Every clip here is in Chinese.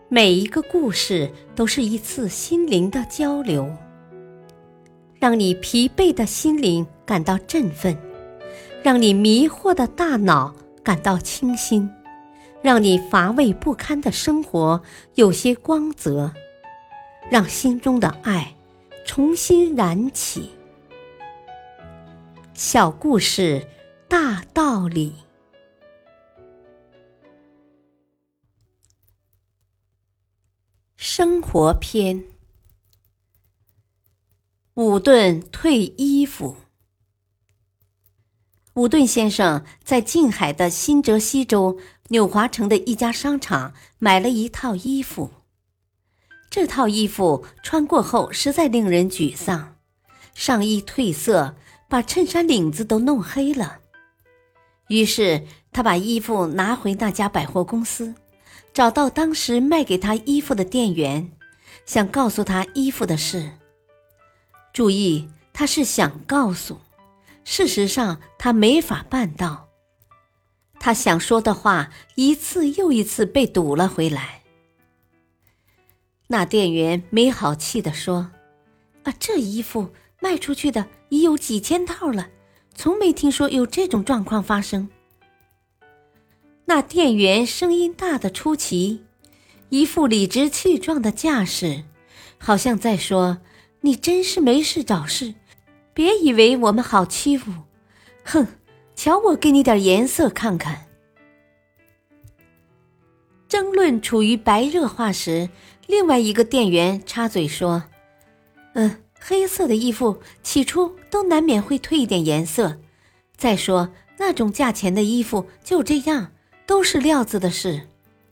每一个故事都是一次心灵的交流，让你疲惫的心灵感到振奋，让你迷惑的大脑感到清新，让你乏味不堪的生活有些光泽，让心中的爱重新燃起。小故事，大道理。生活篇。伍顿退衣服。伍顿先生在近海的新泽西州纽华城的一家商场买了一套衣服。这套衣服穿过后实在令人沮丧，上衣褪色，把衬衫领子都弄黑了。于是他把衣服拿回那家百货公司，找到当时卖给他衣服的店员，想告诉他衣服的事。注意，他是想告诉，事实上他没法办到。他想说的话一次又一次被堵了回来。那店员没好气地说：这衣服卖出去的已有几千套了，从没听说有这种状况发生。那店员声音大得出奇，一副理直气壮的架势，好像在说：你真是没事找事，别以为我们好欺负，哼，瞧我给你点颜色看看。争论处于白热化时，另外一个店员插嘴说：黑色的衣服起初都难免会褪一点颜色，再说那种价钱的衣服就这样，都是料子的事。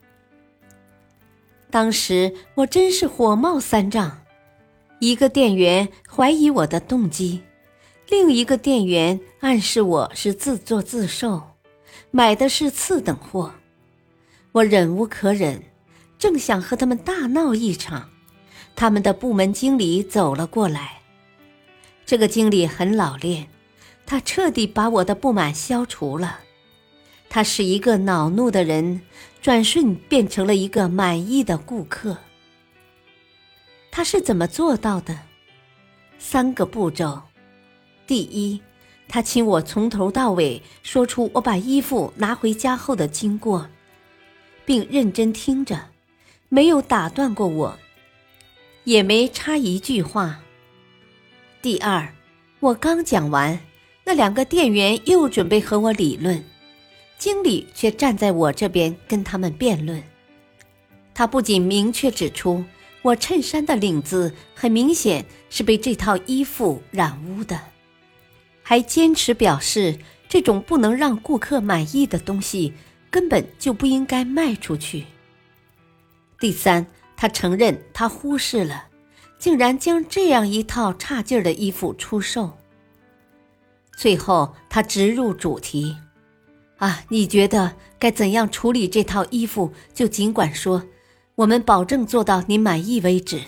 当时我真是火冒三丈，一个店员怀疑我的动机，另一个店员暗示我是自作自受，买的是次等货。我忍无可忍，正想和他们大闹一场，他们的部门经理走了过来。这个经理很老练，他彻底把我的不满消除了。他是一个恼怒的人，转瞬变成了一个满意的顾客。他是怎么做到的？3个步骤。第一，他请我从头到尾说出我把衣服拿回家后的经过，并认真听着，没有打断过我，也没插一句话。第二，我刚讲完，那2个店员又准备和我理论，经理却站在我这边跟他们辩论。他不仅明确指出我衬衫的领子很明显是被这套衣服染污的，还坚持表示这种不能让顾客满意的东西根本就不应该卖出去。第三，他承认他忽视了，竟然将这样一套差劲的衣服出售。最后他直入主题：你觉得该怎样处理这套衣服就尽管说，我们保证做到您满意为止。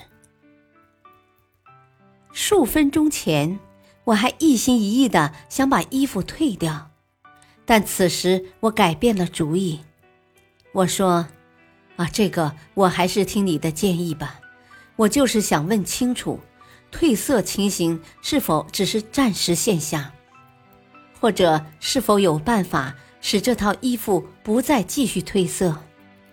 数分钟前，我还一心一意地想把衣服退掉，但此时我改变了主意。我说：这个我还是听你的建议吧，我就是想问清楚，褪色情形是否只是暂时现象，或者是否有办法使这套衣服不再继续褪色。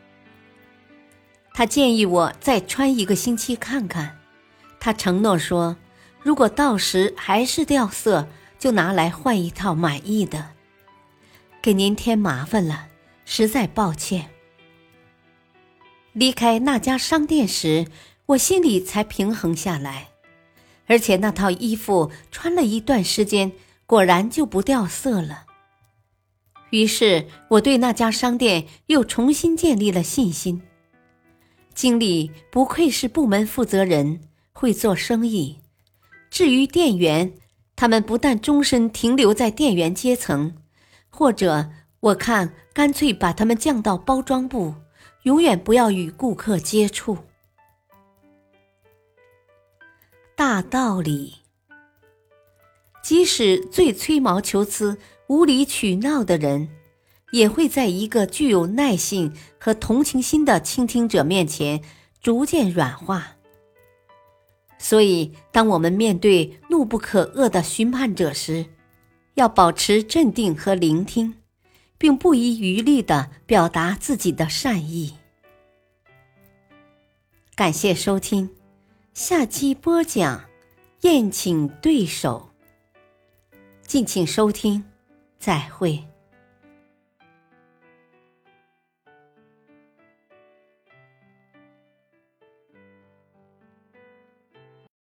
他建议我再穿1个星期看看，他承诺说，如果到时还是掉色，就拿来换一套满意的。给您添麻烦了，实在抱歉。离开那家商店时，我心里才平衡下来，而且那套衣服穿了一段时间，果然就不掉色了。于是我对那家商店又重新建立了信心。经理不愧是部门负责人，会做生意。至于店员，他们不但终身停留在店员阶层，或者我看干脆把他们降到包装部，永远不要与顾客接触。大道理。即使最吹毛求疵、无理取闹的人， 也会在一个具有耐性和同情心的倾听者面前逐渐软化。所以，当我们面对怒不可遏的询判者时，要保持镇定和聆听，并不遗余力地表达自己的善意。感谢收听，下期播讲宴请对手。敬请收听，再会。